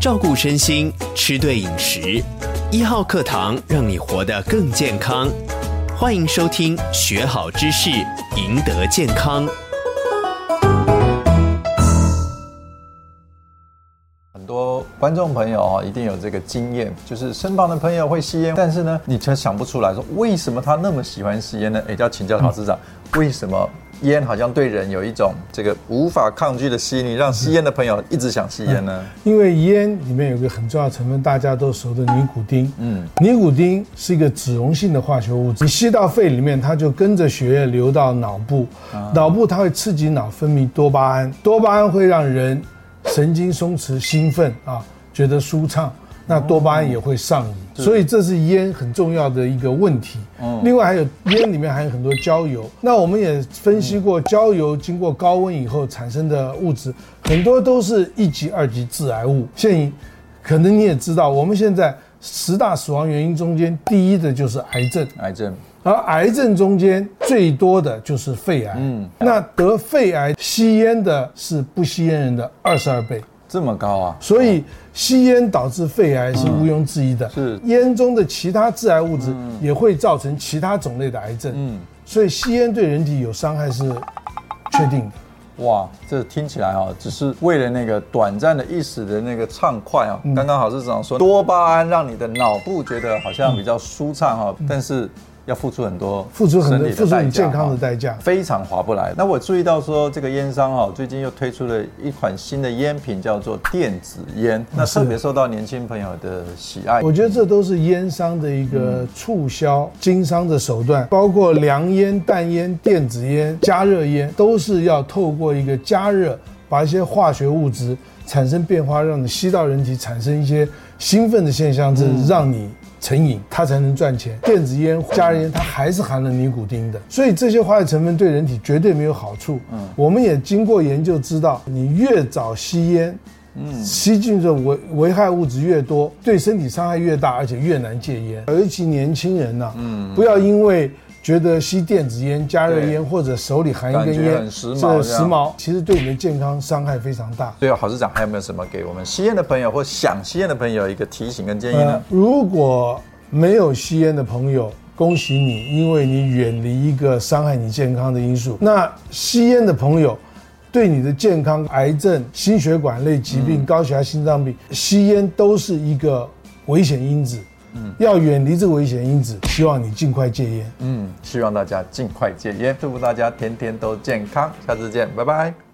照顾身心，吃对饮食。1号课堂让你活得更健康。欢迎收听学好知识，赢得健康。 很多观众朋友一定有这个经验，就是身旁的朋友会吸烟，但是呢，你却想不出来说为什么他那么喜欢吸烟呢？要请教郝市长，为什么烟好像对人有一种这个无法抗拒的吸引力，让吸烟的朋友一直想吸烟呢？ 因为烟里面有一个很重要的成分，大家都熟的尼古丁。尼古丁是一个脂溶性的化学物质，你吸到肺里面，它就跟着血液流到脑部，脑部它会刺激脑分泌多巴胺，多巴胺会让人神经松弛、兴奋觉得舒畅。那多巴胺也会上瘾，所以这是烟很重要的一个问题。另外还有烟里面还有很多焦油，那我们也分析过，焦油经过高温以后产生的物质，很多都是1级、2级致癌物。现在可能你也知道，我们现在10大死亡原因中间，第一的就是癌症，而癌症中间最多的就是肺癌。那得肺癌吸烟的是不吸烟人的22倍。 这么高啊！ 所以吸烟导致肺癌是毋庸置疑的。 是烟中的其他致癌物质也会造成其他种类的癌症。所以吸烟对人体有伤害是确定的。 哇，这听起来只是为了那个短暂的一时的那个畅快刚刚郝市长说多巴胺让你的脑部觉得好像比较舒畅但是要付出很多你健康的代价， 非常划不来。那我注意到说，这个烟商最近又推出了一款新的烟品，叫做电子烟，那特别受到年轻朋友的喜爱。 我觉得这都是烟商的一个促销经商的手段，包括凉烟、淡烟、电子烟、加热烟，都是要透过一个加热，把一些化学物质产生变化，让你吸到人体产生一些兴奋的现象，这让你成瘾，它才能赚钱。电子烟、加热烟，它还是含了尼古丁的，所以这些化学成分对人体绝对没有好处。我们也经过研究知道，你越早吸烟，吸进的危害物质越多，对身体伤害越大，而且越难戒烟。尤其年轻人不要因为觉得吸电子烟、加热烟或者手里含一根烟时髦， 其实对你的健康伤害非常大。 最后，郝市长还有没有什么给我们吸烟的朋友或想吸烟的朋友一个提醒跟建议呢？ 如果没有吸烟的朋友，恭喜你，因为你远离一个伤害你健康的因素。那吸烟的朋友，对你的健康、癌症、心血管类疾病、高血压、心脏病，吸烟都是一个危险因子。要远离这个危险因子，希望你尽快戒烟。 希望大家尽快戒烟，祝福大家天天都健康，下次见，拜拜。